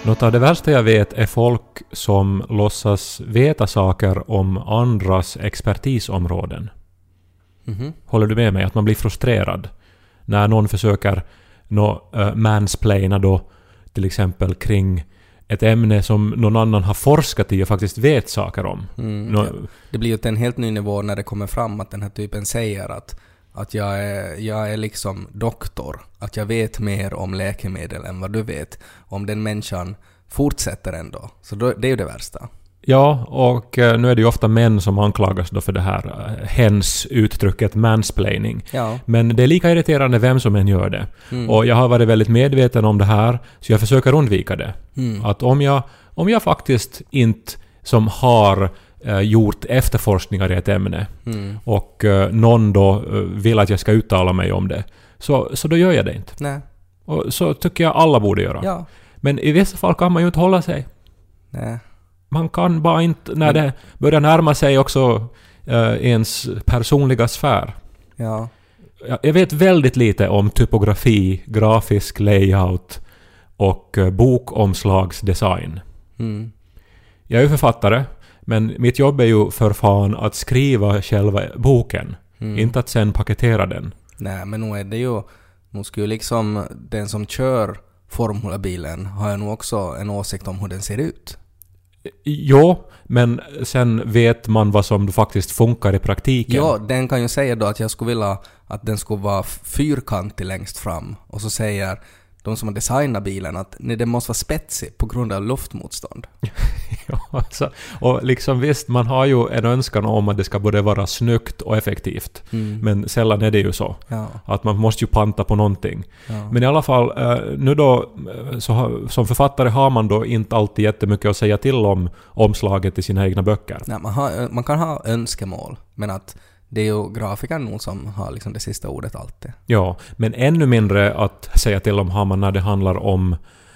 Något av det värsta jag vet är folk som låtsas veta saker om andras expertisområden. Mhm. Håller du med mig att man blir frustrerad när någon försöker mansplaina då till exempel kring ett ämne som någon annan har forskat i och faktiskt vet saker om. Det blir ju till en helt ny nivå när det kommer fram att den här typen säger att jag är liksom doktor, att jag vet mer om läkemedel än vad du vet. Om den människan fortsätter ändå. Så det är ju det värsta. Ja, och nu är det ju ofta män som anklagas då för det här hens uttrycket mansplaining. Ja. Men det är lika irriterande vem som än gör det. Och jag har varit väldigt medveten om det här, så jag försöker undvika det. Att om jag faktiskt inte som har gjort efterforskningar i ett ämne och någon då vill att jag ska uttala mig om det, så då gör jag det inte. Nej. Och så tycker jag alla borde göra. Ja. Men i vissa fall kan man ju inte hålla sig. Nej. Man kan bara inte, när det börjar närma sig också ens personliga sfär. Ja. Jag vet väldigt lite om typografi, grafisk layout och bokomslagsdesign. Jag är ju författare, men mitt jobb är ju för fan att skriva själva boken. Inte att sen paketera den. Nej, men nog är det ju... Nu skulle ju liksom den som kör formulabilen har ju nog också en åsikt om hur den ser ut. Jo, men sen vet man vad som faktiskt funkar i praktiken. Ja, den kan ju säga då att jag skulle vilja att den skulle vara fyrkantig längst fram. Och så säger de som har designat bilen att nej, den måste vara spetsig på grund av luftmotstånd. Ja, alltså, och liksom visst, man har ju en önskan om att det ska både vara snyggt och effektivt. Men sällan är det ju så. Ja. Att man måste ju panta på någonting. Ja. Men i alla fall, nu då, som författare har man då inte alltid jättemycket att säga till om omslaget i sina egna böcker. Nej, man kan ha önskemål, men att det är ju grafikern nog som har liksom det sista ordet alltid. Ja, men ännu mindre att säga till om har man när det handlar om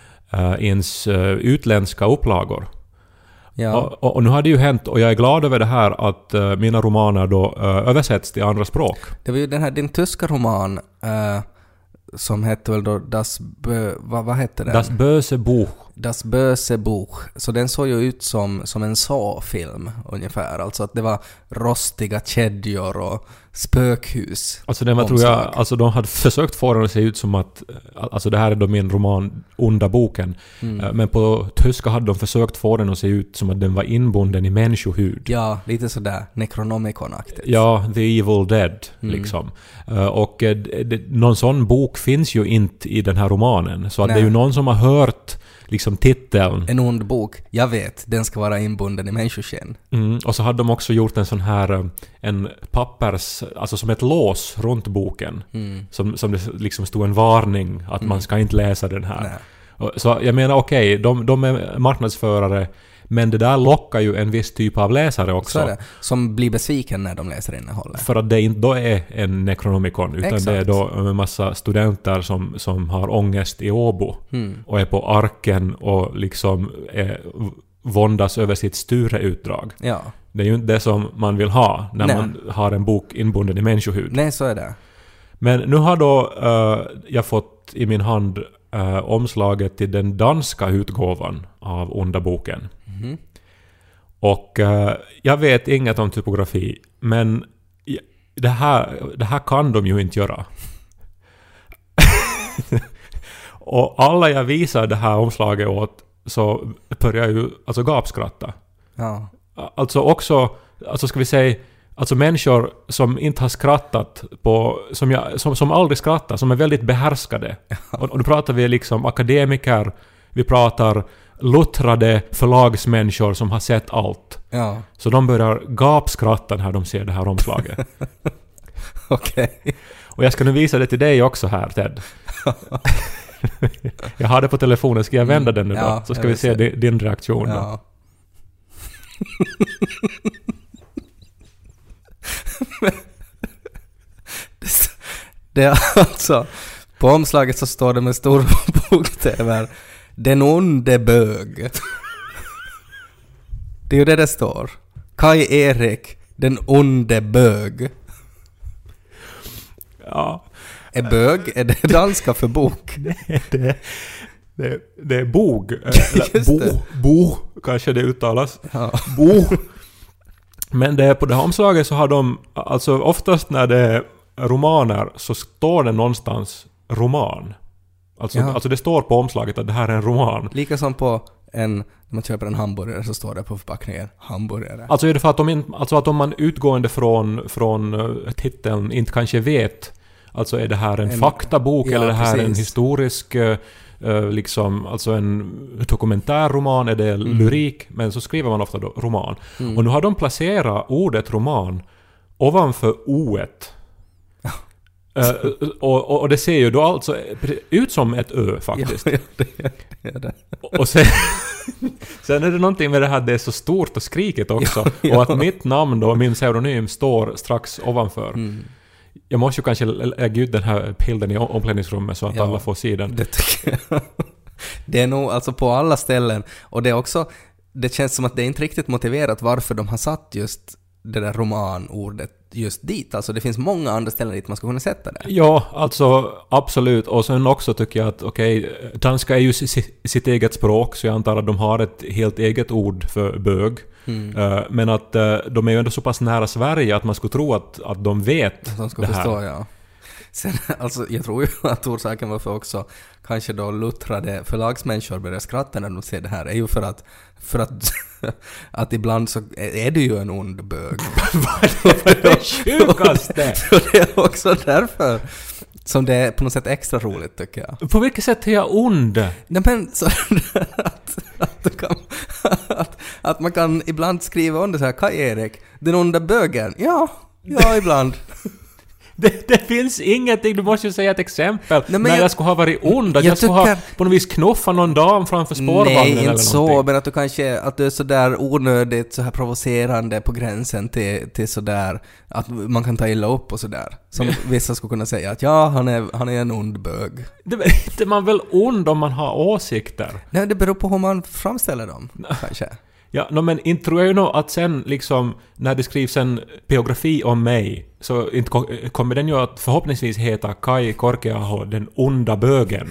ens utländska upplagor. Ja. Och nu har det ju hänt, och jag är glad över det här, att mina romaner då översätts till andra språk. Det var ju din tyska roman som hette väl då vad hette den? Das böse Buch. Das böse Buch. Så den såg ju ut som en Saw-film ungefär. Alltså att det var rostiga kedjor och spökhus. Alltså den var, tror jag, alltså de hade försökt få den att se ut som att, alltså det här är då min roman Onda boken, men på tyska hade de försökt få den att se ut som att den var inbunden i människohud. Ja, lite sådär Necronomicon-aktigt. Ja, The Evil Dead liksom. Och någon sån bok finns ju inte i den här romanen, så att det är ju någon som har hört liksom titeln. En ond bok, jag vet, den ska vara inbunden i människoskinn. Och så hade de också gjort en sån här en pappers, alltså som ett lås runt boken. Som det liksom stod en varning att man ska inte läsa den här. Så jag menar okej, de är marknadsförare, men det där lockar ju en viss typ av läsare också. Så är det, som blir besviken när de läser innehållet. För att det inte då är en Necronomicon, utan Exakt. det är då en massa studenter som har ångest i Åbo och är på Arken och liksom våndas över sitt Sture-utdrag. Ja. Det är ju inte det som man vill ha när man har en bok inbunden i människohud. Nej, så är det. Men nu har då jag fått i min hand omslaget till den danska utgåvan av Onda boken. Och jag vet inget om typografi, men det här kan de ju inte göra. Och alla jag visar det här omslaget åt, så börjar jag ju alltså gapskratta. Ja. Alltså också, alltså ska vi säga, alltså människor som inte har skrattat på, som aldrig skrattar, som är väldigt behärskade. Och då pratar vi liksom akademiker, vi pratar luttrade förlagsmänniskor som har sett allt. Ja. Så de börjar gapskratta när de ser det här omslaget. Okej. Och jag ska nu visa det till dig också här, Ted. Jag har det på telefonen, ska jag vända den nu då? Så ska vi se din reaktion då. Ja. Det är alltså, på omslaget så står det med stora bokstäver: den onde bög. Det är ju det står. Kai Erik, den onde bög. Ja. Är bög, är det danska för bok? Det är bog. Eller bo, kanske det uttalas. Ja. Bo. Men det är på det här omslaget så har de, alltså oftast när det är romaner så står det någonstans roman. Alltså det står på omslaget att det här är en roman. Lika som på när man köper en hamburgare så står det på förpackningen hamburgare. Alltså är det för att om man utgående från titeln inte kanske vet, alltså är det här en faktabok eller är det här en historisk liksom, alltså en dokumentärroman, är det lyrik, men så skriver man ofta då roman. Och nu har de placerat ordet roman ovanför o-et. Och det ser ju då alltså ut som ett ö faktiskt. Ja, det. Och sen är det någonting med det här, det är så stort och skriket också. Och att mitt namn då, min pseudonym, står strax ovanför. Jag måste ju kanske lägga ut den här bilden i omklädningsrummet så att alla får se den. Det tycker jag. Det är nog alltså på alla ställen. Och det är också, det känns som att det är inte riktigt motiverat varför de har satt just det där romanordet just dit. Alltså det finns många andra ställen dit man ska kunna sätta det. Ja, alltså absolut. Och sen också tycker jag att danska är ju sitt eget språk, så jag antar att de har ett helt eget ord för bög. Men att de är ju ändå så pass nära Sverige att man skulle tro att de vet att de ska det här. Förstå, ja. Sen, alltså, jag tror ju att orsaken varför också kanske då luttrade förlagsmänniskor börjar skratta när de ser det här är ju för att att ibland så är det ju en ond bög. Det sjukaste! Så det är också därför som det är på något sätt extra roligt tycker jag. På vilket sätt är jag ond? Nej, men så att man kan ibland skriva under så här, Kaj Erik, den onda bögen. Ja, ibland. Det finns ingenting, du måste ju säga ett exempel. Nej, när jag skulle ha varit ond, att jag skulle ha på något vis knuffa någon dam framför spårvagnen. Nej, eller inte så, någonting. men att du kanske, att du är sådär onödigt, så här provocerande på gränsen till sådär, att man kan ta illa upp och sådär. Som vissa skulle kunna säga att ja, han är en ond bög. Det är inte man väl ond om man har åsikter? Nej, det beror på hur man framställer dem, kanske. Ja, men inte tror jag ju nog att sen liksom när det skrivs en biografi om mig så inte kommer den ju att förhoppningsvis heta Kai Korkeaho, den onda bögen.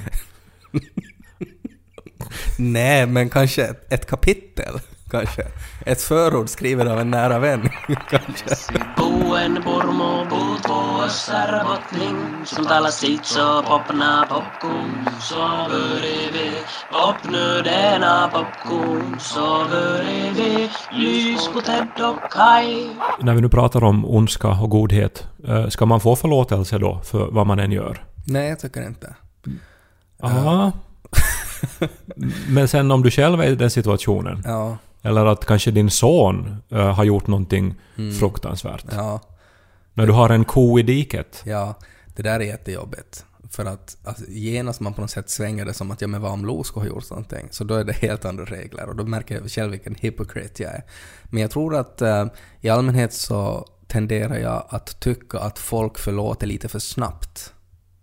Nej, men kanske ett kapitel. Kanske. Ett förord skriven av en nära vän. Kanske. Buen purmu puuttuu sarvotning, som talar sitt så popna popcorn, så börjar popnödena popcorn, så börjar vi lys på Ted och Kai. När vi nu pratar om ondska och godhet, ska man få förlåtelse då för vad man än gör? Nej, jag tycker inte. Ja. Men sen om du själv är i den situationen. Ja. Eller att kanske din son har gjort någonting fruktansvärt. Ja. När du har en ko i diket. Ja, det där är jättejobbigt. För att alltså, genast man på något sätt svänger det som att jag med vad om Losko har gjort någonting. Så då är det helt andra regler. Och då märker jag själv vilken hypocrite jag är. Men jag tror att i allmänhet så tenderar jag att tycka att folk förlåter lite för snabbt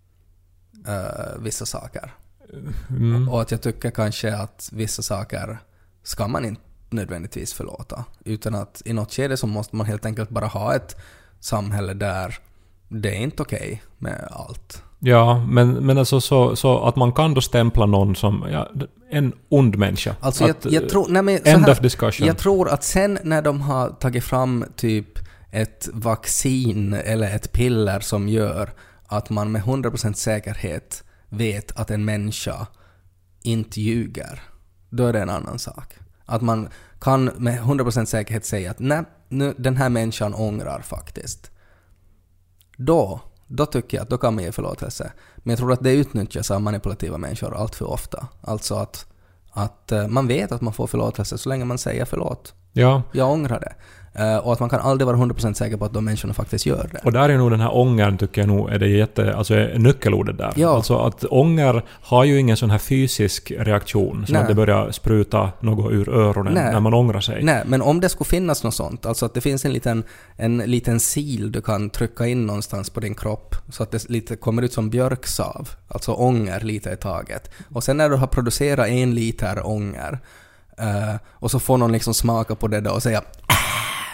vissa saker. Och att jag tycker kanske att vissa saker ska man inte nödvändigtvis förlåta. Utan att i något skede så måste man helt enkelt bara ha ett samhälle där det är inte okej med allt. Ja, men alltså så att man kan då stämpla någon som en ond människa. Alltså jag tror, nej men end of discussion. Jag tror att sen när de har tagit fram typ ett vaccin eller ett piller som gör att man med 100% säkerhet vet att en människa inte ljuger, då är det en annan sak. Att man kan med 100% säkerhet säga att nej, nu, den här människan ångrar faktiskt. Då tycker jag att då kan man ge förlåtelse. Men jag tror att det utnyttjas av manipulativa människor allt för ofta. Alltså att man vet att man får förlåtelse så länge man säger förlåt. Ja. Jag ångrar det. Och att man kan aldrig vara 100% säker på att de människorna faktiskt gör det. Och där är nog den här ångern, tycker jag nog, är det alltså nyckelordet där. Ja. Alltså att ånger har ju ingen sån här fysisk reaktion, så att det börjar spruta något ur öronen när man ångrar sig. Nej, men om det skulle finnas något sånt, alltså att det finns en liten sil du kan trycka in någonstans på din kropp så att det lite kommer ut som björksav, alltså ånger lite i taget. Och sen när du har producerat 1 liter ånger och så får någon liksom smaka på det då och säga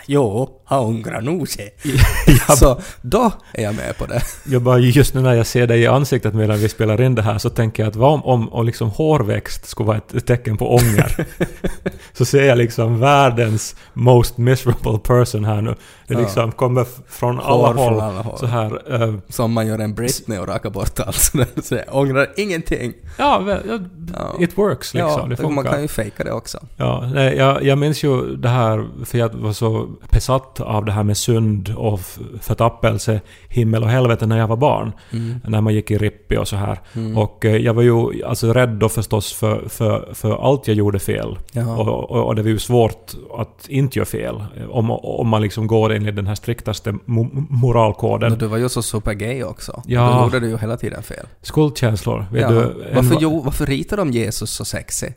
Jo, han ångrar nog sig. Så då är jag med på det. Jag bara, just nu när jag ser dig i ansiktet medan vi spelar in det här så tänker jag att vad om liksom hårväxt skulle vara ett tecken på ånger. Så ser jag liksom världens most miserable person här nu. Det liksom kommer från alla håll. Så här, som man gör en Britney och rakar bort allt. Så jag ångrar ingenting. Ja, it works liksom. Ja, det funkar. Man kan ju fejka det också. Ja, nej, jag minns ju det här, för jag var så besatt av det här med synd och förtappelse, himmel och helvete när jag var barn. När man gick i Rippi och så här. Och jag var ju alltså rädd då förstås för allt jag gjorde fel. Och det var ju svårt att inte göra fel om man liksom går in i den här striktaste moralkoden. Men du var ju så supergay också. Ja. Då gjorde du ju hela tiden fel. Skuldkänslor. Vet du, varför ritar de Jesus så sexy?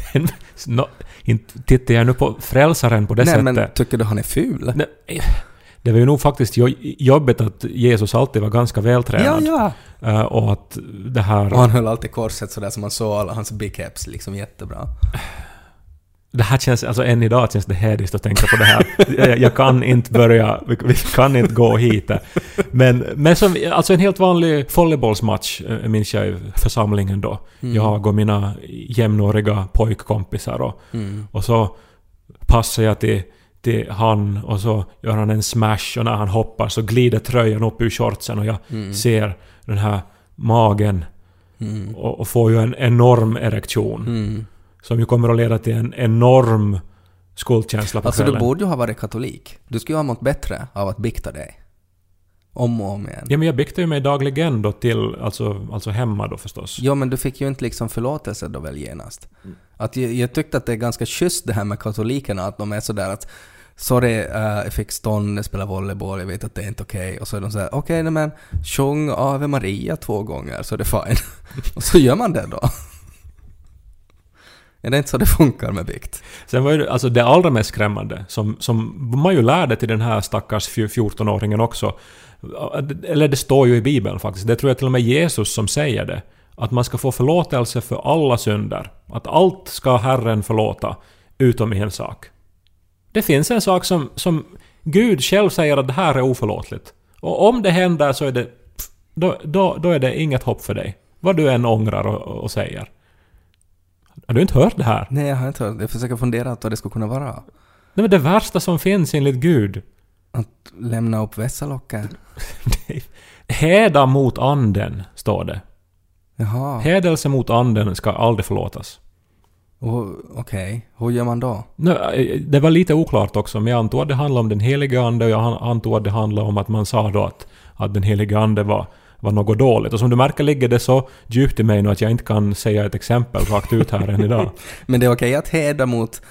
Inte tittar jag nu på frälsaren på det sättet. Nej, men tycker du han är ful? Nej, det var ju nog faktiskt jobbigt att Jesus alltid var ganska vältränad. Ja. Och att det här... Och han höll alltid korset sådär som man såg alla hans biceps liksom jättebra. Det här känns, alltså än idag känns det hädigt att tänka på det här. Jag kan inte börja, vi kan inte gå hit. Men som, alltså en helt vanlig volleybollsmatch minns jag i församlingen då. Jag och mina jämnåriga pojkkompisar och så passar jag till han och så gör han en smash och när han hoppar så glider tröjan upp ur shortsen och jag ser den här magen och får ju en enorm erektion. Som ju kommer att leda till en enorm skuldkänsla på kvällen. Du borde ju ha varit katolik. Du skulle ju ha mått bättre av att bikta dig. Om och om igen. Ja, men jag biktar ju mig dagligen då till, alltså hemma då förstås. Ja, men du fick ju inte liksom förlåtelse då väl genast. Att jag tyckte att det är ganska schysst det här med katolikerna, att de är sådär att sorry, jag fick stånd, spela volleyboll, jag vet att det är inte okej. Och så är de såhär, okej, men sjung Ave Maria 2 gånger så är det fine. Och så gör man det då. Är det inte så det funkar med bikt? Sen var ju alltså det allra mest skrämmande som man ju lärde till den här stackars 14-åringen också. Eller det står ju i Bibeln faktiskt. Det tror jag till och med Jesus som säger det. Att man ska få förlåtelse för alla synder. Att allt ska Herren förlåta utom en sak. Det finns en sak som Gud själv säger att det här är oförlåtligt. Och om det händer så är det då är det inget hopp för dig. Vad du än ångrar och säger. Har du inte hört det här? Nej, jag har inte hört. Jag försöker fundera att vad det skulle kunna vara. Nej, men det värsta som finns enligt Gud. Att lämna upp vässalocken. Häda mot anden, står det. Jaha. Hädelse mot anden ska aldrig förlåtas. Okej. Hur gör man då? Det var lite oklart också, men jag antog att det handlade om den heliga ande och jag antog att det handlade om att man sa då att den heliga ande var något dåligt. Och som du märker ligger det så djupt i mig nu att jag inte kan säga ett exempel rakt ut här än idag. Men det är okej att häda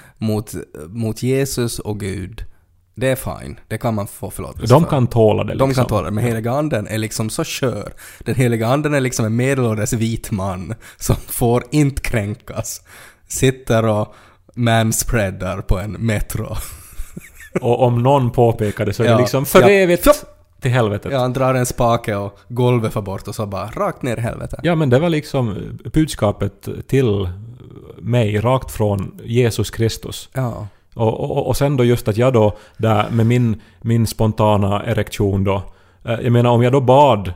mot Jesus och Gud. Det är fine. Det kan man få förlåtelse De kan tåla det liksom. De kan tåla det. Men heliga anden är liksom så kör. Den heliga anden är liksom en medelålders vit man som får inte kränkas. Sitter och manspreadar på en metro. Och om någon påpekar det så är det liksom för evigt till helvetet. Ja, han drar en spake och golvet för bort och så bara rakt ner i helvetet. Ja, men det var liksom budskapet till mig rakt från Jesus Kristus. Ja. Och sen då just att jag då där med min spontana erektion då, jag menar om jag då bad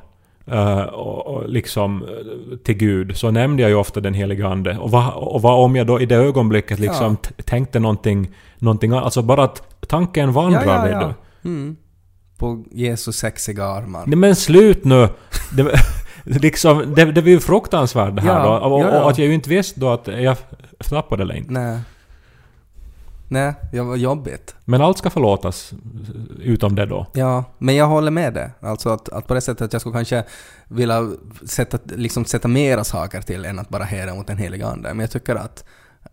liksom till Gud så nämnde jag ju ofta den heliga ande och vad om jag då i det ögonblicket liksom tänkte någonting alltså bara att tanken vandrar vet du. På Jesus sexiga armar. Nej, men slut nu. Det var ju fruktansvärt det här då. Och att jag ju inte visste då att jag flappade eller inte. Nej, det var jobbigt. Men allt ska förlåtas utom det då. Ja, men jag håller med det. Alltså att på det sättet att jag skulle kanske vilja sätta mera saker till än att bara hera mot en helig ande. Men jag tycker att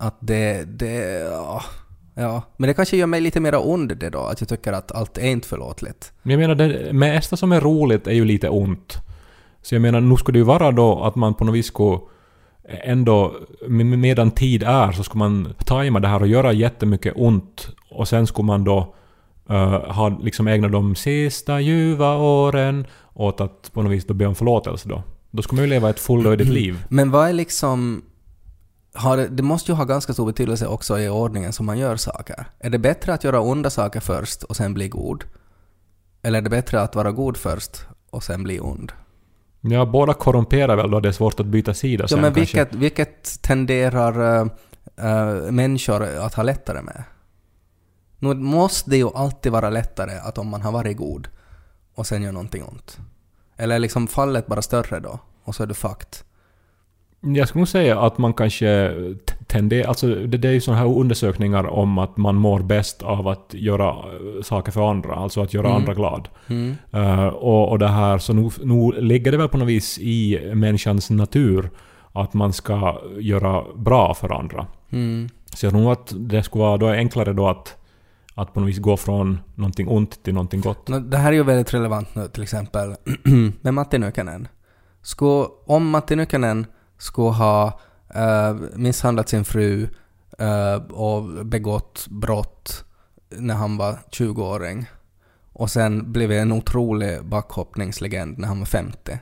ja, men det kanske gör mig lite mer ond det då. Att jag tycker att allt är inte förlåtligt. Men jag menar, det mesta som är roligt är ju lite ont. Så jag menar, nu skulle det ju vara då att man på något vis skulle ändå, medan tid är så ska man tajma det här och göra jättemycket ont. Och sen skulle man då ha liksom ägnat de sista ljuva åren åt att på något vis då be om förlåtelse då. Då skulle man ju leva ett fullödigt liv. Men vad är liksom... det måste ju ha ganska stor betydelse också i ordningen som man gör saker. Är det bättre att göra onda saker först och sen bli god? Eller är det bättre att vara god först och sen bli ond? Ja, båda korrumperar väl då det är svårt att byta sida sen. Ja, men vilket tenderar människor att ha lättare med? Nu måste det ju alltid vara lättare att om man har varit god och sen gör någonting ont. Eller är liksom fallet bara större då? Och så är det fakt. Jag skulle nog säga att man kanske tenderar... Alltså det är ju sådana här undersökningar om att man mår bäst av att göra saker för andra. Alltså att göra andra glad. Och det här, så nu ligger det väl på något vis i människans natur att man ska göra bra för andra. Så jag tror nog att det skulle vara då enklare då att på något vis gå från någonting ont till någonting gott. Det här är ju väldigt relevant nu, till exempel med Matti Nykänen. Om Matti Nykänen skulle ha misshandlat sin fru och begått brott när han var 20-åring och sen blev en otrolig backhoppningslegend när han var 50.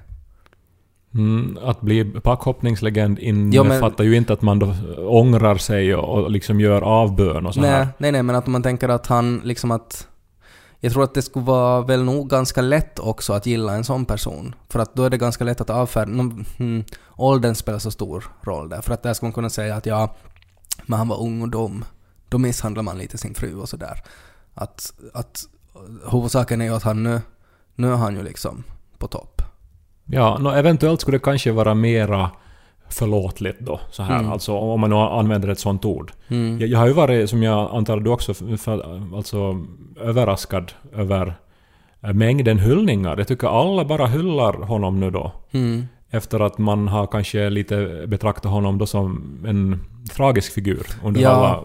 Att bli backhoppningslegend innefattar ju inte att man då ångrar sig och liksom gör avbön och så här. Nej, men att man tänker att han liksom att... Jag tror att det skulle vara väl nog ganska lätt också att gilla en sån person. För att då är det ganska lätt att avfärda... åldern spelar så stor roll där. För att där ska man kunna säga att men han var ung och dum. Då misshandlar man lite sin fru och sådär. Att huvudsaken är ju att nu är han ju liksom på topp. Ja, eventuellt skulle det kanske vara mera förlåtligt då, så här, alltså om man använder ett sånt ord. Jag har ju varit, som jag antar du också, alltså överraskad över mängden hyllningar. Jag tycker alla bara hyllar honom nu då. Efter att man har kanske lite betraktat honom då som en tragisk figur under alla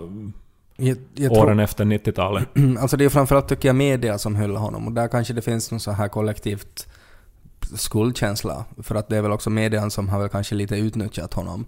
åren efter 90-talet. Alltså det är framförallt tycker jag media som hyllar honom, och där kanske det finns någon så här kollektivt skuldkänsla, för att det är väl också median som har väl kanske lite utnyttjat honom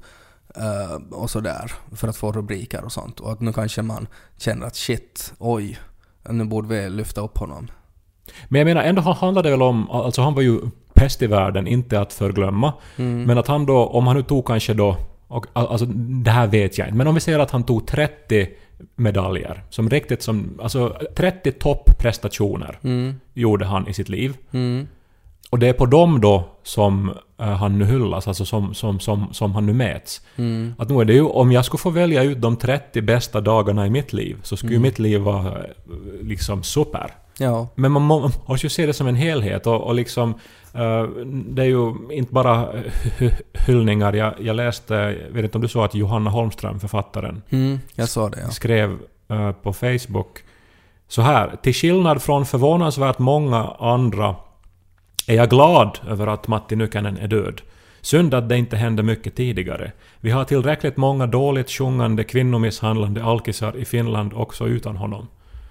och sådär för att få rubriker och sånt, och att nu kanske man känner att shit, oj, nu borde vi lyfta upp honom. Men jag menar, ändå handlar det väl om, alltså han var ju pest i världen, inte att förglömma, men att han då, om han nu tog kanske då, alltså det här vet jag inte, men om vi säger att han tog 30 medaljer, som riktigt som, alltså 30 topprestationer gjorde han i sitt liv. Och det är på dem då som han nu hyllas, alltså som han nu mäts. Att nu är det ju, om jag skulle få välja ut de 30 bästa dagarna i mitt liv, så skulle mitt liv vara liksom super. Ja. Men man måste ju se det som en helhet, och liksom det är ju inte bara hyllningar. Jag läste, jag vet inte om du såg att Johanna Holmström, författaren, jag såg det, ja. Skrev på Facebook så här: till skillnad från förvånansvärt många andra är jag glad över att Matti Nykänen är död. Synd att det inte hände mycket tidigare. Vi har tillräckligt många dåligt sjungande kvinnomisshandlande alkisar i Finland också utan honom.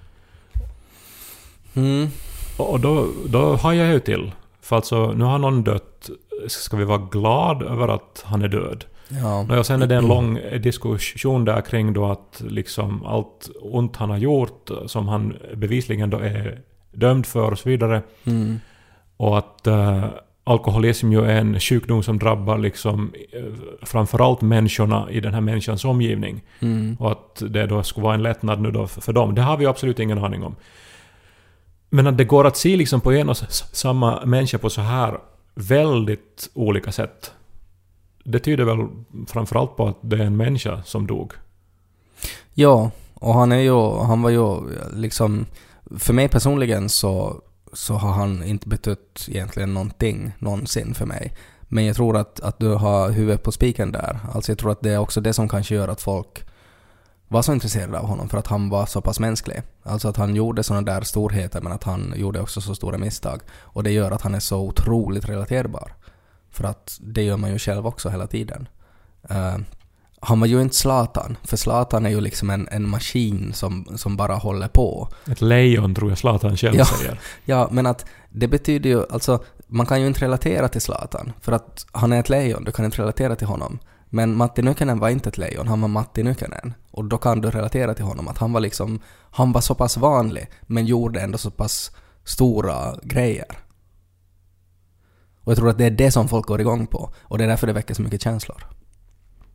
Och då har jag ju till. För alltså, nu har någon dött. Ska vi vara glad över att han är död? Ja. Och sen är det en lång diskussion där kring då att liksom allt ont han har gjort, som han bevisligen då är dömd för och så vidare. Och att alkoholism ju är en sjukdom som drabbar liksom framförallt människorna i den här människans omgivning. Och att det då skulle vara en lättnad nu då för dem. Det har vi absolut ingen aning om. Men att det går att se liksom på en och samma människa på så här väldigt olika sätt. Det tyder väl framförallt på att det är en människa som dog. Ja, och han var ju liksom, för mig personligen så har han inte betytt egentligen någonting någonsin för mig. Men jag tror att du har huvudet på spiken där. Alltså jag tror att det är också det som kanske gör att folk var så intresserade av honom, för att han var så pass mänsklig. Alltså att han gjorde sådana där storheter, men att han gjorde också så stora misstag. Och det gör att han är så otroligt relaterbar. För att det gör man ju själv också hela tiden. Han var ju inte Zlatan, för Zlatan är ju liksom en maskin som bara håller på. Ett lejon tror jag Zlatan själv säger. Ja, men att det betyder ju, alltså man kan ju inte relatera till Zlatan, för att han är ett lejon, du kan inte relatera till honom. Men Matti Nykänen var inte ett lejon, han var Matti Nykänen. Och då kan du relatera till honom, att han var så pass vanlig, men gjorde ändå så pass stora grejer. Och jag tror att det är det som folk går igång på, och det är därför det väcker så mycket känslor.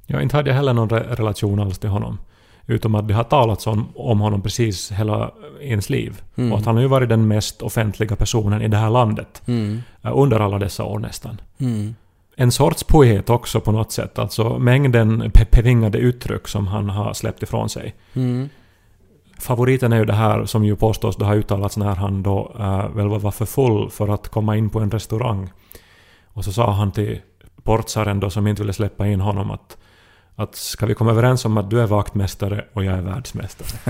Ja, inte hade jag heller någon relation alls till honom. Utom att det har talats om honom precis hela ens liv. Och att han har ju varit den mest offentliga personen i det här landet. Under alla dessa år nästan. En sorts poet också på något sätt. Alltså mängden bevingade uttryck som han har släppt ifrån sig. Favoriten är ju det här som ju påstås det har uttalats när han då väl var för full för att komma in på en restaurang. Och så sa han till portsaren då som inte ville släppa in honom att ska vi komma överens om att du är vaktmästare och jag är världsmästare.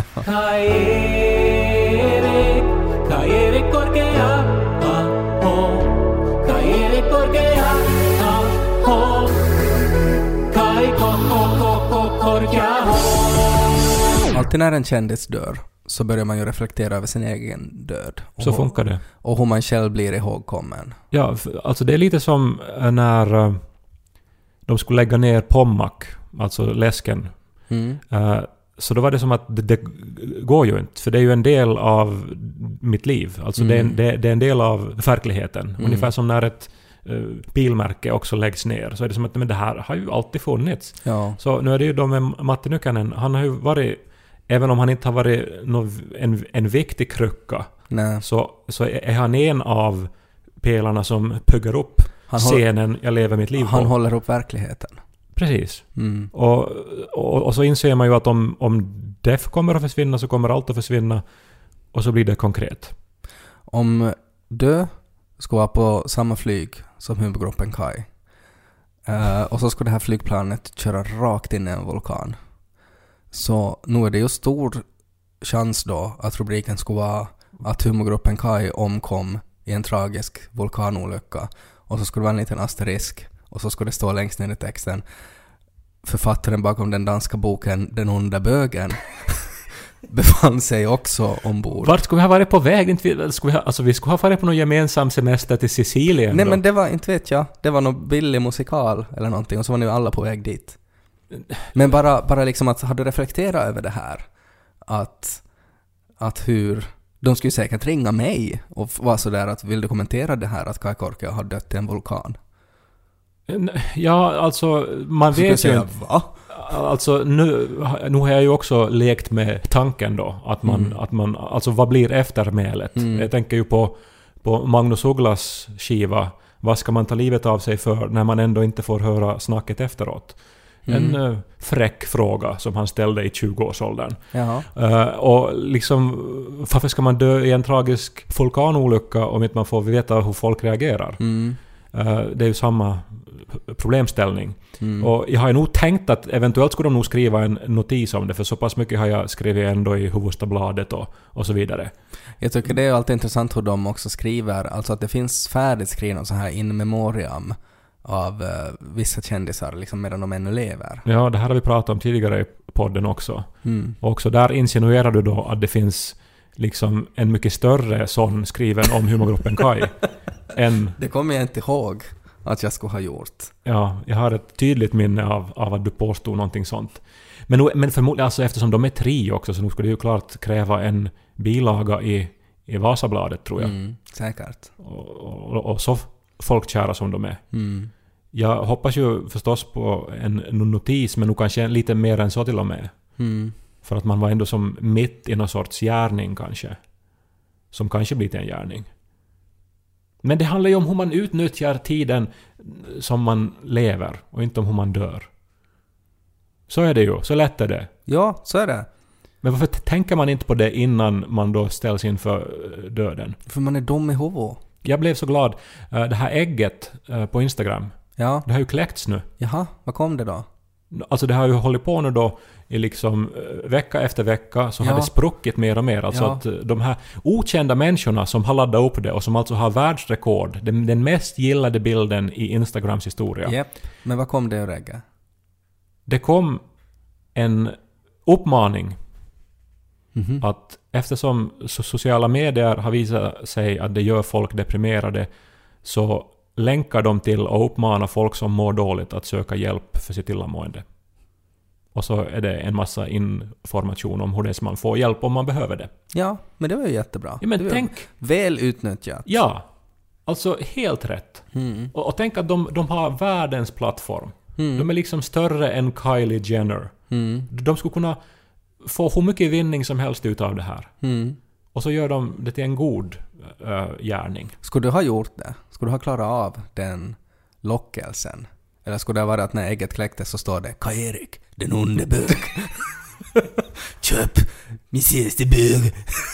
Alltid när en kändis dör så börjar man ju reflektera över sin egen död. Så funkar det. Och hur man själv blir ihågkommen. Ja, alltså det är lite som när de skulle lägga ner Pommac, alltså läsken. Så då var det som att det går ju inte, för det är ju en del av mitt liv. Alltså det är en del av verkligheten. Ungefär som när ett bilmärke också läggs ner. Så är det som att men det här har ju alltid funnits. Ja. Så nu är det ju då med Matti Nykänen. Han har ju varit, även om han inte har varit en viktig krukka, så är han en av pelarna som puggar upp scenen Jag lever mitt liv på. Han håller upp verkligheten. Precis. Och så inser man ju att om Def kommer att försvinna så kommer allt att försvinna och så blir det konkret. Om du ska vara på samma flyg som humorgruppen Kai och så ska det här flygplanet köra rakt in i en vulkan, så nu är det ju stor chans då att rubriken ska vara att humorgruppen Kai omkom i en tragisk vulkanolycka, och så skulle det vara en liten asterisk och så skulle det stå längst ner i texten: författaren bakom den danska boken Den onda bögen befann sig också ombord. Vart skulle vi ha varit på väg? Vi skulle ha varit på någon gemensam semester till Sicilien. Nej, då. men det var, inte vet jag, det var någon billig musikal eller någonting, och så var ni alla på väg dit. Men bara liksom att, har du reflekterat över det här? Att hur de skulle säkert ringa mig och vara så där att vill du kommentera det här att Kai Korkeaho har dött i en vulkan? Ja, alltså man så vet ju säga, va? Alltså nu har jag ju också lekt med tanken då att man alltså vad blir eftermälet? Jag tänker ju på Magnus Ugglas skiva Vad ska man ta livet av sig för när man ändå inte får höra snacket efteråt? En fräck fråga som han ställde i 20-årsåldern. Och liksom, varför ska man dö i en tragisk vulkanolycka om inte man får veta hur folk reagerar? Det är ju samma problemställning. Och jag har ju nog tänkt att eventuellt skulle de nog skriva en notis om det, för så pass mycket har jag skrivit ändå i Hufvudstadsbladet och så vidare. Jag tycker det är alltid intressant hur de också skriver, alltså att det finns färdigt skrivna så här in memoriam av vissa kändisar liksom medan de ännu lever. Ja, det här har vi pratat om tidigare i podden också. Och också där insinuerar du då att det finns liksom en mycket större sån skriven om humorgruppen Kai än... Det kommer jag inte ihåg att jag skulle ha gjort. Ja, jag har ett tydligt minne av att du påstod någonting sånt. Men förmodligen, alltså, eftersom de är 3 också, så nu skulle det ju klart kräva en bilaga i Vasabladet, tror jag. Säkert. Och så folkkära som de är. Jag hoppas ju förstås på en notis, men nog kanske lite mer än så till och med. För att man var ändå som mitt i någon sorts gärning kanske. Som kanske blir till en gärning. Men det handlar ju om hur man utnyttjar tiden som man lever och inte om hur man dör. Så är det ju, så lätt är det. Ja, så är det. Men varför tänker man inte på det innan man då ställs inför döden? För man är dum i huvudet. Jag blev så glad. Det här ägget på Instagram, ja. Det har ju kläckts nu. Jaha, vad kom det då? Alltså det har ju hållit på nu då i liksom vecka efter vecka, så har det spruckit mer och mer. Alltså att de här okända människorna som har laddat upp det och som alltså har världsrekord, den mest gillade bilden i Instagrams historia. Yep. Men vad kom det att regga? Det kom en uppmaning att eftersom sociala medier har visat sig att det gör folk deprimerade, så länkar de till och uppmanar folk som mår dåligt att söka hjälp för sitt illamående. Och så är det en massa information om hur det är som man får hjälp om man behöver det. Ja, men det var ju jättebra. Ja, men tänk... Väl utnyttjat. Ja, alltså helt rätt. Och tänk att de har världens plattform. De är liksom större än Kylie Jenner. De skulle kunna få hur mycket vinning som helst utav det här. Och så gör de det till en god gärning. Skulle du ha gjort det? Skulle du ha klarat av den lockelsen? Eller skulle det vara att när ägget kläcktes så står det Kaj-Erik, den onde bög. Köp min senaste bög.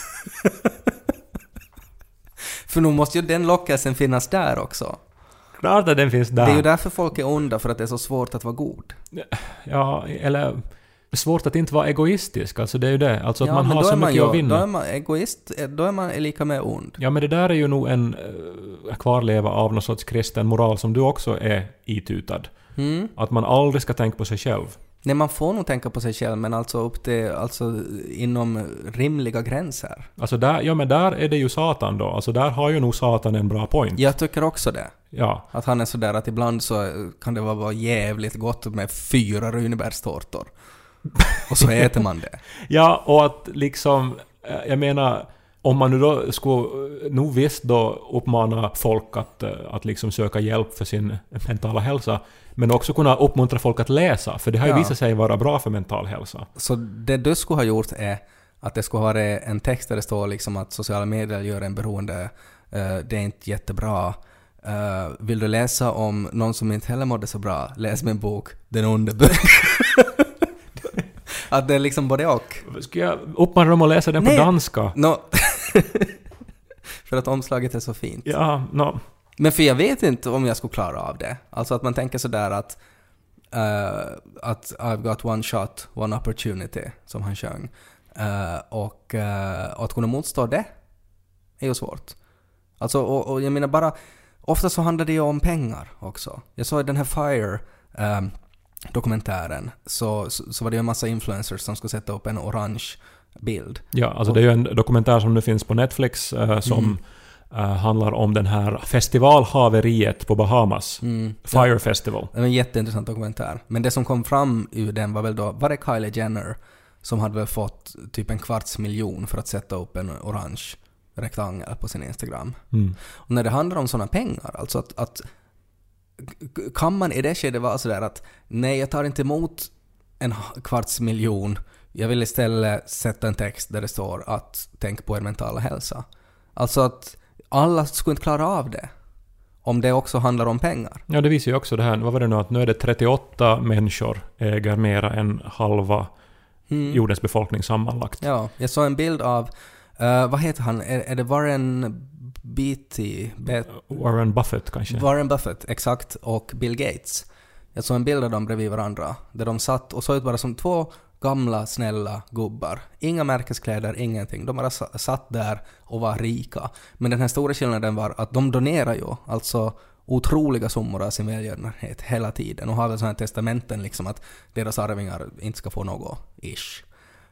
För nu måste ju den lockelsen finnas där också. Klart att den finns där. Det är ju därför folk är onda, för att det är så svårt att vara god. Ja, eller svårt att inte vara egoistisk. Alltså det är ju det. Alltså att man har så mycket att vinna. Då är man egoist, då är man lika med ond. Ja, men det där är ju nog en kvarleva av någon sorts kristen moral som du också är itutad. Att man aldrig ska tänka på sig själv. Nej, man får nog tänka på sig själv, men alltså upp till, alltså inom rimliga gränser. Alltså där, ja, men där är det ju Satan då. Alltså där har ju nog Satan en bra point. Jag tycker också det. Ja. Att han är så där att ibland så kan det vara jävligt gott med 4 runebärstårtor. Och så äter man det. Ja, och att liksom, jag menar, om man nu då skulle nog visst då uppmana folk att liksom söka hjälp för sin mentala hälsa, men också kunna uppmuntra folk att läsa, för det har ju visat sig vara bra för mental hälsa. Så det du skulle ha gjort är att det skulle vara en text där det står liksom att sociala medier gör en beroende, det är inte jättebra. Vill du läsa om någon som inte heller mådde så bra, läs min bok Den onde bög. Att det är liksom både och. Ska jag uppmana dem att läsa den på danska? No. För att omslaget är så fint. Ja, no. Men för jag vet inte om jag skulle klara av det. Alltså att man tänker sådär att I've got one shot, one opportunity, som han sjöng. Och att kunna motstå det är ju svårt. Alltså, och jag menar bara, ofta så handlar det ju om pengar också. Jag såg den här Fire dokumentären, så var det ju en massa influencers som skulle sätta upp en orange bild. Ja, alltså det är ju en dokumentär som nu finns på Netflix som handlar om den här festivalhaveriet på Bahamas. Fire Festival. Det är en jätteintressant dokumentär. Men det som kom fram ur den var väl då, var det Kylie Jenner som hade väl fått typ 250 000 för att sätta upp en orange rektangel på sin Instagram. Och när det handlar om sådana pengar, alltså att kan man i det skedet vara sådär att nej, jag tar inte emot 250 000, jag vill istället sätta en text där det står att tänk på er mentala hälsa. Alltså att alla skulle inte klara av det om det också handlar om pengar. Ja, det visar ju också det här. Vad var det nu? Att nu är det 38 människor äger mera än halva jordens befolkning sammanlagt. Ja, jag såg en bild av vad heter han? Är det Warren Buffett kanske? Warren Buffett, exakt, och Bill Gates. Jag såg en bild av dem bredvid varandra där de satt och såg ut bara som 2 gamla, snälla gubbar. Inga märkeskläder, ingenting. De bara satt där och var rika. Men den här stora skillnaden var att de donerar ju alltså otroliga summor av sin välgörenhet hela tiden och har väl sådana här testamenten liksom att deras arvingar inte ska få något ish.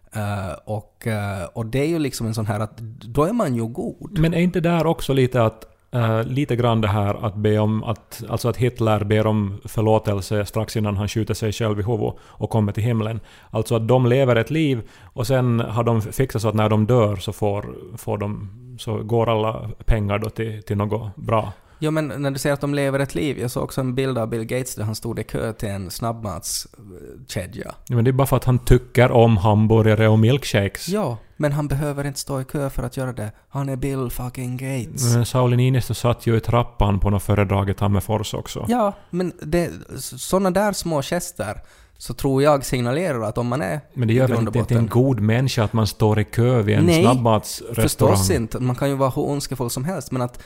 Och det är ju liksom en sån här att då är man ju god. Men är inte där också lite att lite grann det här att be om att Hitler ber om förlåtelse strax innan han skjuter sig själv i huvudet och kommer till himlen. Alltså att de lever ett liv och sen har de fixat så att när de dör så får de, så går alla pengar då till något bra. Ja, men när du säger att de lever ett liv, jag såg också en bild av Bill Gates där han stod i kö till en snabbmatskedja. Ja, men det är bara för att han tycker om hamburgare och milkshakes. Ja, men han behöver inte stå i kö för att göra det. Han är Bill fucking Gates. Men Sauli Niinistö satt ju i trappan på något föredraget han med Fors också. Ja, men sådana där små gester så tror jag signalerar att om man är... Men det gör väl inte en god människa att man står i kö vid en snabbmatsrestaurang? Nej, förstås inte. Man kan ju vara hur ondskefull som helst, men att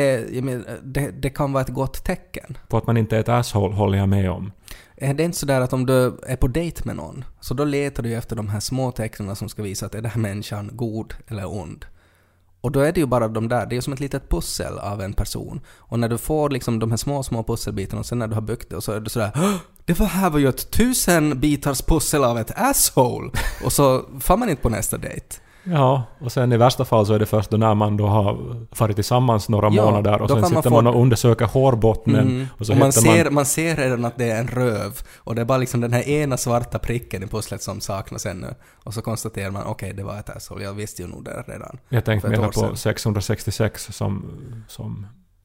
det kan vara ett gott tecken. På att man inte är ett asshole håller jag med om. Det är inte så där att om du är på dejt med någon, så då letar du efter de här små tecknen som ska visa att är den här människan god eller ond. Och då är det ju bara de där, det är som ett litet pussel av en person. Och när du får liksom de här små pusselbitarna och sen när du har byggt det och så är det sådär, det här var ju ett 1000 bitars pussel av ett asshole. Och så får man inte på nästa dejt. Ja, och sen i värsta fall så är det först då när man då har farit tillsammans några månader och sen sitter man och undersöker hårbottnen och så och man ser redan att det är en röv och det är bara liksom den här ena svarta pricken i pusslet som saknas ännu och så konstaterar man okej, det var ett asshole, jag visste ju nog det redan. Jag tänkte mer på 666 som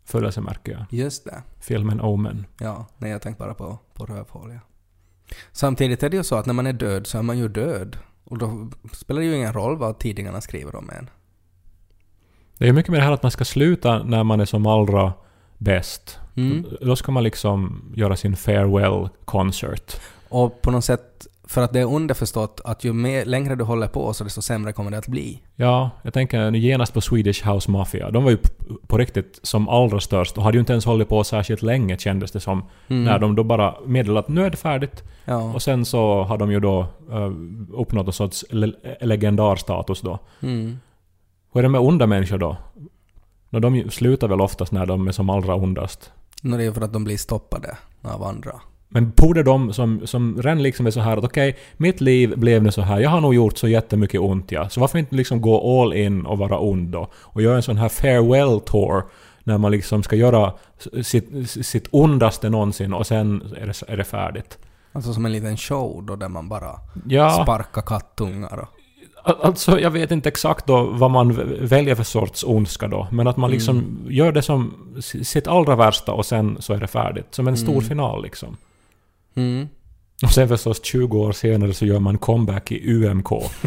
födelsemärke. Ja. Just det. Filmen Omen. Ja, nej, jag tänkte bara på rövhål, ja. Samtidigt är det ju så att när man är död så är man ju död. Och då spelar det ju ingen roll vad tidningarna skriver om en. Det är mycket mer det här att man ska sluta när man är som allra bäst. Då ska man liksom göra sin farewell concert. Och på något sätt, för att det är underförstått att ju längre du håller på så desto sämre kommer det att bli. Ja, jag tänker nu genast på Swedish House Mafia. De var ju på riktigt som allra störst och hade ju inte ens hållit på särskilt länge, kändes det som. När de då bara meddelade att nu är det färdigt. Ja. Och sen så har de ju då uppnått en sorts legendarstatus då. Hur är det med onda människor då? De slutar väl oftast när de är som allra ondast. Det är ju för att de blir stoppade av andra. Men borde de som redan liksom är så här att okej, mitt liv blev nu så här. Jag har nog gjort så jättemycket ont, ja. Så varför inte liksom gå all in och vara ond då? Och göra en sån här farewell tour när man liksom ska göra sitt ondaste någonsin och sen är det färdigt. Alltså som en liten show då där man bara sparkar kattungar och... Alltså, jag vet inte exakt då vad man väljer för sorts ondska då. Men att man liksom gör det som sitt allra värsta och sen så är det färdigt. Som en stor final liksom. Och sen förstås 20 år senare så gör man comeback i UMK.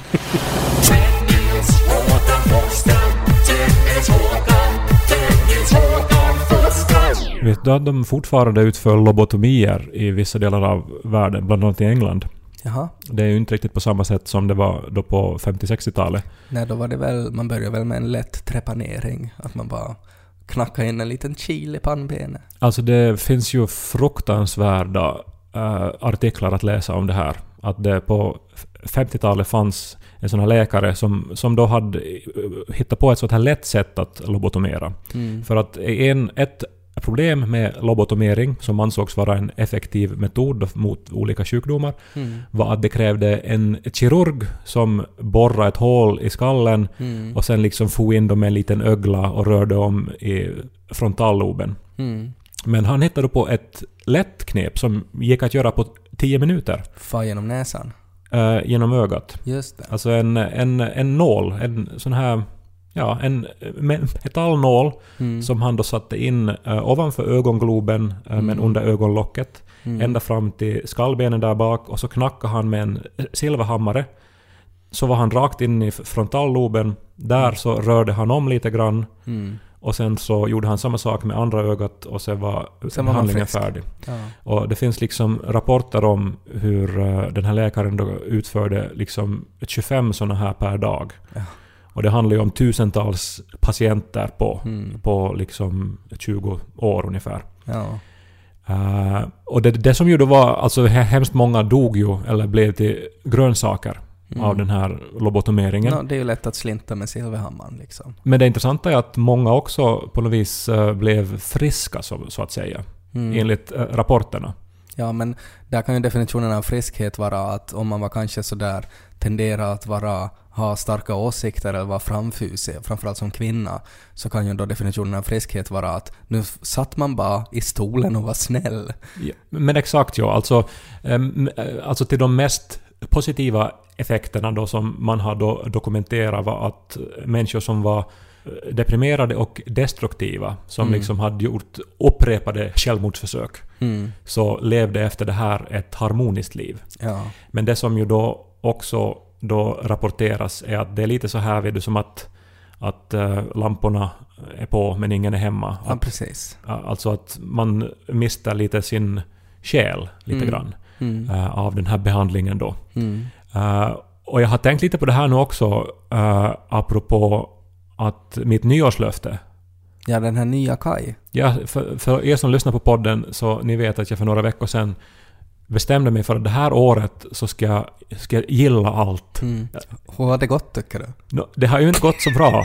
Vet du att de fortfarande utför lobotomier i vissa delar av världen, bland annat i England? Jaha. Det är ju inte riktigt på samma sätt som det var då på 50-60-talet. Nej, då var det väl, man började väl med en lätt trepanering. Att man bara knackar in en liten kil i pannbenet. Alltså det finns ju fruktansvärda artiklar att läsa om det här. Att det på 50-talet fanns en sån här läkare som då hade hittat på ett sånt här lätt sätt att lobotomera. För att ett problem med lobotomering, som ansågs vara en effektiv metod mot olika sjukdomar, var att det krävde en kirurg som borrade ett hål i skallen och sen liksom få in dem med en liten ögla och rörde om i frontalloben. Men han hittade på ett lätt knep som gick att göra på 10 minuter. Far genom näsan? Genom ögat. Just det. Alltså en nål, en sån här... Ja, en metallnål som han då satte in ovanför ögongloben men under ögonlocket ända fram till skallbenen där bak, och så knackade han med en silverhammare. Så var han rakt in i frontalloben. Där så rörde han om lite grann och sen så gjorde han samma sak med andra ögat och sen var behandlingen färdig. Ja. Och det finns liksom rapporter om hur den här läkaren då utförde liksom 25 sådana här per dag. Ja. Och det handlar ju om tusentals patienter på liksom 20 år ungefär. Ja. Och det som ju då var, alltså hemskt många dog ju eller blev till grönsaker av den här lobotomeringen. Det är ju lätt att slinta med silverhammaren liksom. Men det intressanta är att många också på något vis blev friska så att säga, enligt rapporterna. Ja, men där kan ju definitionen av friskhet vara att om man var kanske sådär tenderar att ha starka åsikter eller vara framfusig, framförallt som kvinna, så kan ju då definitionen av friskhet vara att nu satt man bara i stolen och var snäll. Ja, men exakt, ja. Alltså till de mest positiva effekterna då som man har då dokumenterat var att människor som var deprimerade och destruktiva, som liksom hade gjort upprepade självmordsförsök, så levde efter det här ett harmoniskt liv. Ja. Men det som ju då också då rapporteras är att det är lite så här vid som att lamporna är på men ingen är hemma. Ja, precis. Alltså att man mister lite sin själ lite grann av den här behandlingen då. Och jag har tänkt lite på det här nu också apropå att mitt nyårslöfte. Ja, den här nya Kai. Ja, för er som lyssnar på podden så ni vet att jag för några veckor sedan bestämde mig för att det här året så ska jag gilla allt. Hur har det gått, tycker du? Det har ju inte gått så bra.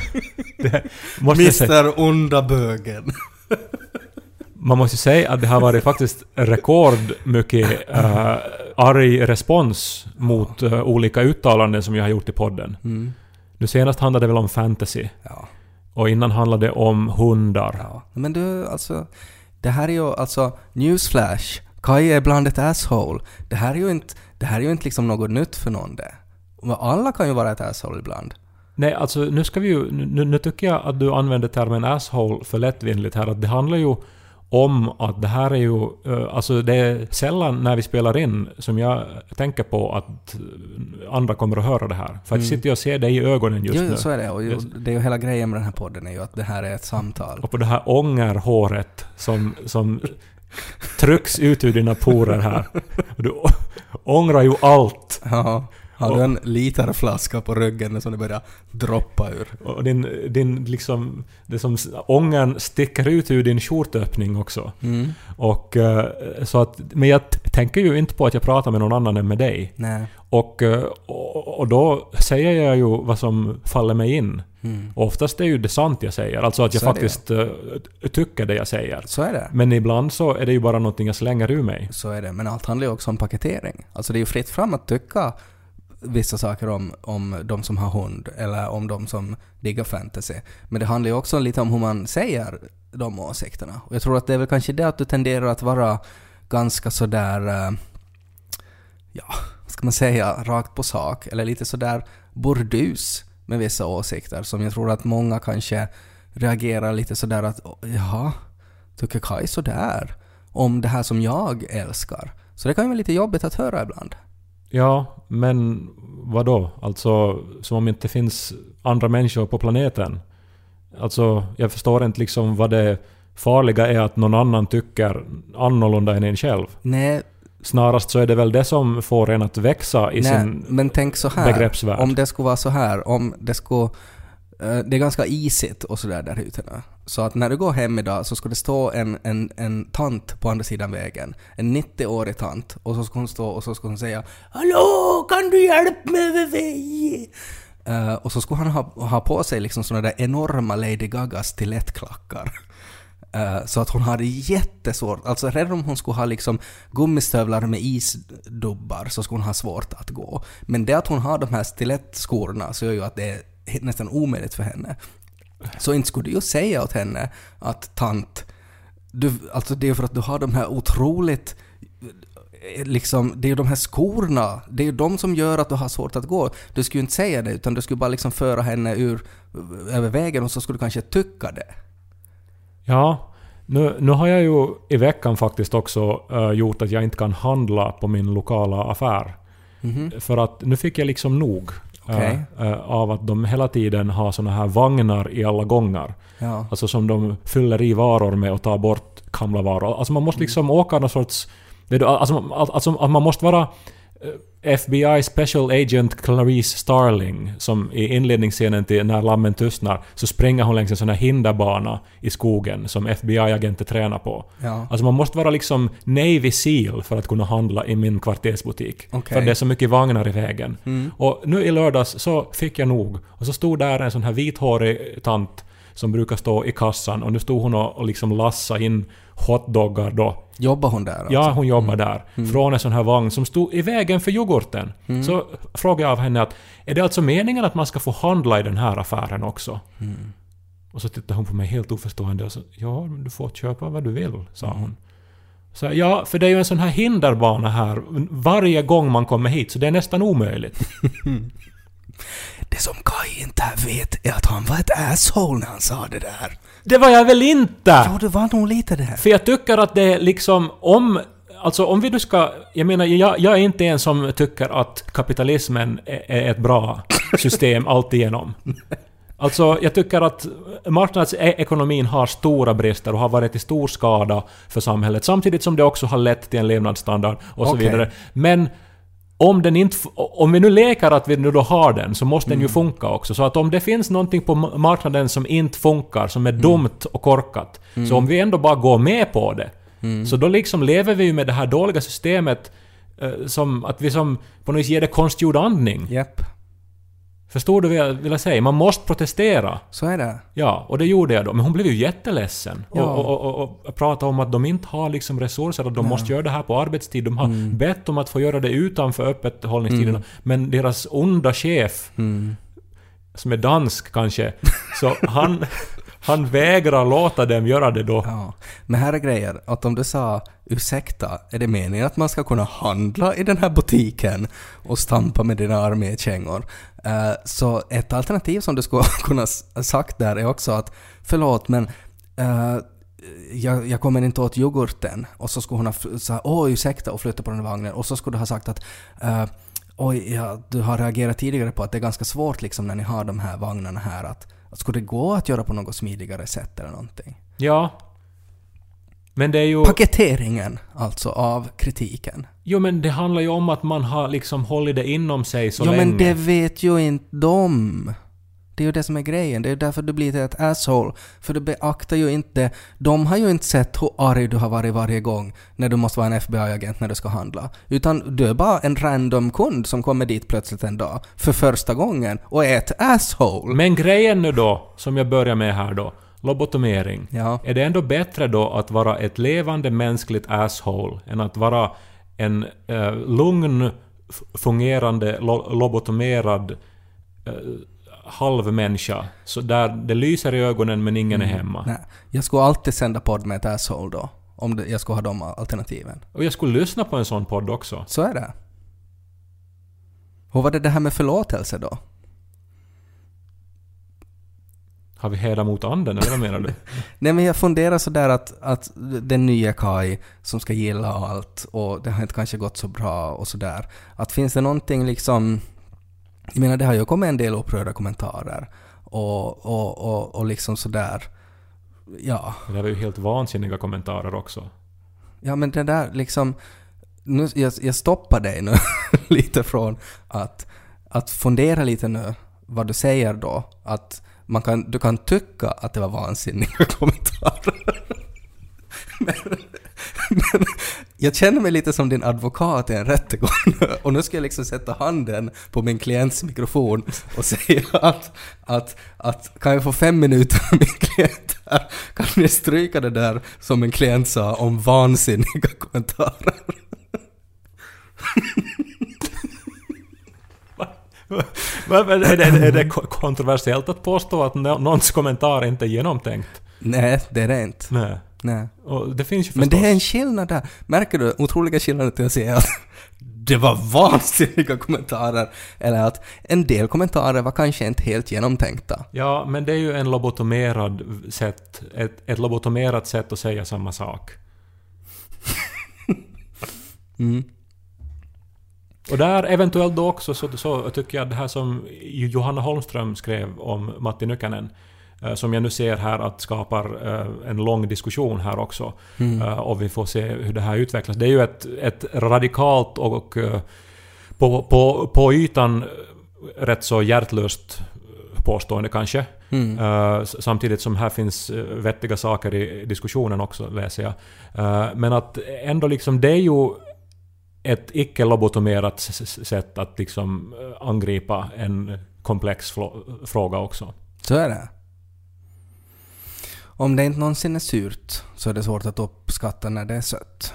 Mr. onda bögen. Man måste säga att det har varit faktiskt rekordmycket arg respons mot olika uttalanden som jag har gjort i podden. Nu senast handlade det väl om fantasy. Ja. Och innan handlade det om hundar. Ja. Men du, alltså, det här är ju alltså newsflash. Kai är bland ett asshole. Det här är ju inte liksom något nytt för någon det. Alla kan ju vara ett asshole ibland. Nej, alltså nu ska vi ju... Nu tycker jag att du använder termen asshole för lättvindigt här. Att det handlar ju om att det här är ju... Alltså det är sällan när vi spelar in som jag tänker på att andra kommer att höra det här. För att sitter jag och ser dig i ögonen just nu. Jo, så är det. Och det är ju hela grejen med den här podden är ju att det här är ett samtal. Och på det här ångerhåret som trycks ut ur dina porer här. Och du ångrar ju allt. Ja. Har du en literflaska på ryggen som det börjar droppa ur? Och din liksom... Det som ångern sticker ut ur din skjortöppning också. Och så att... Men jag tänker ju inte på att jag pratar med någon annan än med dig. Nej. Och då säger jag ju vad som faller mig in. Och oftast är ju det sant jag säger. Alltså att jag faktiskt tycker det jag säger. Så är det. Men ibland så är det ju bara någonting jag slänger ur mig. Så är det. Men allt handlar ju också om paketering. Alltså det är ju fritt fram att tycka vissa saker om de som har hund eller om de som diggar fantasy. Men det handlar ju också lite om hur man säger de åsikterna. Och jag tror att det är väl kanske det att du tenderar att vara ganska sådär ska man säga, rakt på sak eller lite sådär burdus med vissa åsikter som jag tror att många kanske reagerar lite sådär att tycker Kai sådär om det här som jag älskar. Så det kan ju vara lite jobbigt att höra ibland. Ja, men vadå? Alltså, som om det inte finns andra människor på planeten. Alltså, jag förstår inte liksom vad det farliga är att någon annan tycker annorlunda än en själv. Nej. Snarast så är det väl det som får en att växa i sin men tänk så här, begreppsvärld. Om det skulle vara så här, om det skulle... Det är ganska isigt och sådär där ute nu. Så att när du går hem idag så ska det stå en tant på andra sidan vägen. En 90-årig tant. Och så ska hon stå och så ska hon säga hallå, kan du hjälpa mig över vägen? Och så ska han ha på sig liksom såna där enorma Lady Gaga stilettklackar. Så att hon har det jättesvårt. Alltså redan om hon skulle ha liksom gummistövlar med isdubbar så skulle hon ha svårt att gå. Men det att hon har de här stilettskorna så gör ju att det är nästan omöjligt för henne. Så inte skulle du ju säga åt henne att tant, alltså det är för att du har de här otroligt liksom, det är de här skorna, det är de som gör att du har svårt att gå. Du skulle ju inte säga det utan du skulle bara liksom föra henne över vägen och så skulle du kanske tycka det. Ja, nu har jag ju i veckan faktiskt också gjort att jag inte kan handla på min lokala affär. För att nu fick jag liksom nog av att de hela tiden har såna här vagnar i alla gångar. Ja. Alltså som de fyller i varor med och tar bort gamla varor. Alltså man måste liksom åka någon sorts... Alltså man måste vara FBI Special Agent Clarice Starling som i inledningsscenen till När lammen tystnar så springer hon längs en sån här hinderbana i skogen som FBI-agenter tränar på. Ja. Alltså man måste vara liksom Navy Seal för att kunna handla i min kvartersbutik. För det är så mycket vagnar i vägen. Och nu i lördags så fick jag nog. Och så stod där en sån här vithårig tant som brukar stå i kassan och nu stod hon och liksom lassa in hotdoggar då. Jobbar hon där? Alltså? Ja, hon jobbar där. Från en sån här vagn som stod i vägen för yoghurten. Så frågade jag av henne att är det alltså meningen att man ska få handla i den här affären också? Och så tittade hon på mig helt oförstående och sa ja, du får köpa vad du vill, sa hon. Så ja, för det är ju en sån här hinderbana här varje gång man kommer hit så det är nästan omöjligt. Det som Kai inte vet är att han var ett asshole när han sa det där. Det var jag väl inte! Ja, det var nog lite det här. För jag tycker att det är liksom om vi nu ska... Jag menar, jag är inte en som tycker att kapitalismen är ett bra system alltigenom. Alltså, jag tycker att marknadsekonomin har stora brister och har varit till stor skada för samhället. Samtidigt som det också har lett till en levnadsstandard och så vidare. Men om vi nu leker att vi nu då har den så måste den ju funka också. Så att om det finns någonting på marknaden som inte funkar, som är dumt och korkat, så om vi ändå bara går med på det, så då liksom lever vi ju med det här dåliga systemet som att vi som på något vis ger det konstgjord andning. Japp. Förstår du vad jag vill säga? Man måste protestera. Så är det. Ja, och det gjorde jag då. Men hon blev ju jätteledsen. Ja. Och pratade om att de inte har liksom resurser och de måste göra det här på arbetstid. De har bett om att få göra det utanför öppethållningstiderna. Men deras onda chef, som är dansk kanske, så Han vägrar låta dem göra det då. Ja. Men här är grejer, att om du sa ursäkta, är det meningen att man ska kunna handla i den här butiken och stampa med dina armékängor? Så ett alternativ som du skulle kunna sagt där är också att förlåt, men jag kommer inte åt yoghurten. Och så skulle hon ha sagt ursäkta och flytta på den vagnen. Och så skulle du ha sagt att du har reagerat tidigare på att det är ganska svårt liksom när ni har de här vagnarna här att skulle det gå att göra på något smidigare sätt eller någonting? Ja. Men det är ju... Paketeringen alltså av kritiken. Jo, men det handlar ju om att man har liksom hållit det inom sig så länge. Ja, men det vet ju inte de. Det är ju det som är grejen. Det är därför du blir ett asshole. För du beaktar ju inte... De har ju inte sett hur arg du har varit varje gång när du måste vara en FBI-agent när du ska handla. Utan du är bara en random kund som kommer dit plötsligt en dag för första gången och är ett asshole. Men grejen nu då, som jag börjar med här då, lobotomering. Ja. Är det ändå bättre då att vara ett levande mänskligt asshole än att vara en lugn, fungerande, lobotomerad halvmänniska så där det lyser i ögonen men ingen är hemma? Nej. Jag skulle alltid sända podd med ett asshole då, om jag skulle ha de alternativen. Och jag skulle lyssna på en sån podd också. Så är det. Och vad är det här med förlåtelse då? Har vi hela mot anden, eller vad menar du? Nej, men jag funderar sådär att den nya Kai som ska gilla allt och det har inte kanske gått så bra och sådär. Att finns det någonting liksom... Jag menar, det har ju kommit en del upprörda kommentarer och liksom sådär. Ja. Det var ju helt vansinniga kommentarer också. Ja, men det där liksom... Nu, jag stoppar dig nu lite från att fundera lite nu vad du säger då. Att du kan tycka att det var vansinniga kommentarer. men jag känner mig lite som din advokat i en rättegång. Och nu ska jag liksom sätta handen på min klients mikrofon och säga att kan jag få 5 minuter med min klient här? Kan ni stryka det där som en klient sa om vansinniga kommentarer? Är det kontroversiellt att påstå att någons kommentar inte är genomtänkt? Nej, det är det inte. Nej. Och det finns ju förstås. Men det är en skillnad där. Märker du otroliga skillnader till att säga att det var vansinniga kommentarer eller att en del kommentarer var kanske inte helt genomtänkta? Ja, men det är ju en lobotomerad sätt, ett lobotomerat sätt att säga samma sak. Och där eventuellt då också så tycker jag det här som Johanna Holmström skrev om Matti Nykänen, som jag nu ser här att skapar en lång diskussion här också. Och vi får se hur det här utvecklas. Det är ju ett radikalt och på ytan rätt så hjärtlöst påstående kanske. Samtidigt som här finns vettiga saker i diskussionen också, läser jag. Men att ändå liksom det är ju ett icke-lobotomerat sätt att liksom angripa en komplex fråga också. Så är det. Om det inte någonsin är surt så är det svårt att uppskatta när det är sött.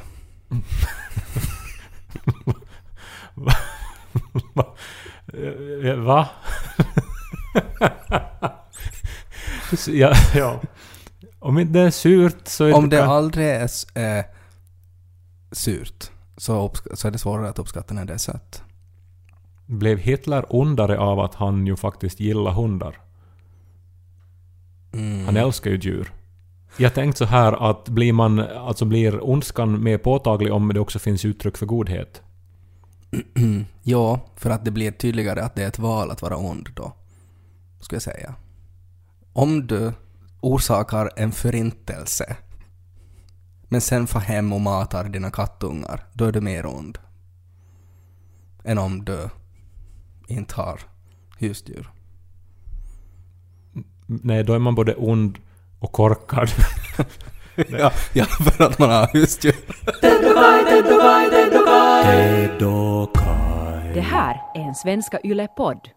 Va? ja. Om inte det är surt så är om det aldrig är surt så är det svårare att uppskatta när det är sött. Blev Hitler ondare av att han ju faktiskt gillar hundar? Han älskar ju djur. Jag tänkte så här att blir ondskan mer påtaglig om det också finns uttryck för godhet? Ja, för att det blir tydligare att det är ett val att vara ond då, ska jag säga. Om du orsakar en förintelse men sen får hem och matar dina kattungar, då är du mer ond än om du inte har husdjur. Nej, då är man både ond och korkad. ja, för att man har husdjur. Det här är en Svenska Yle-podd.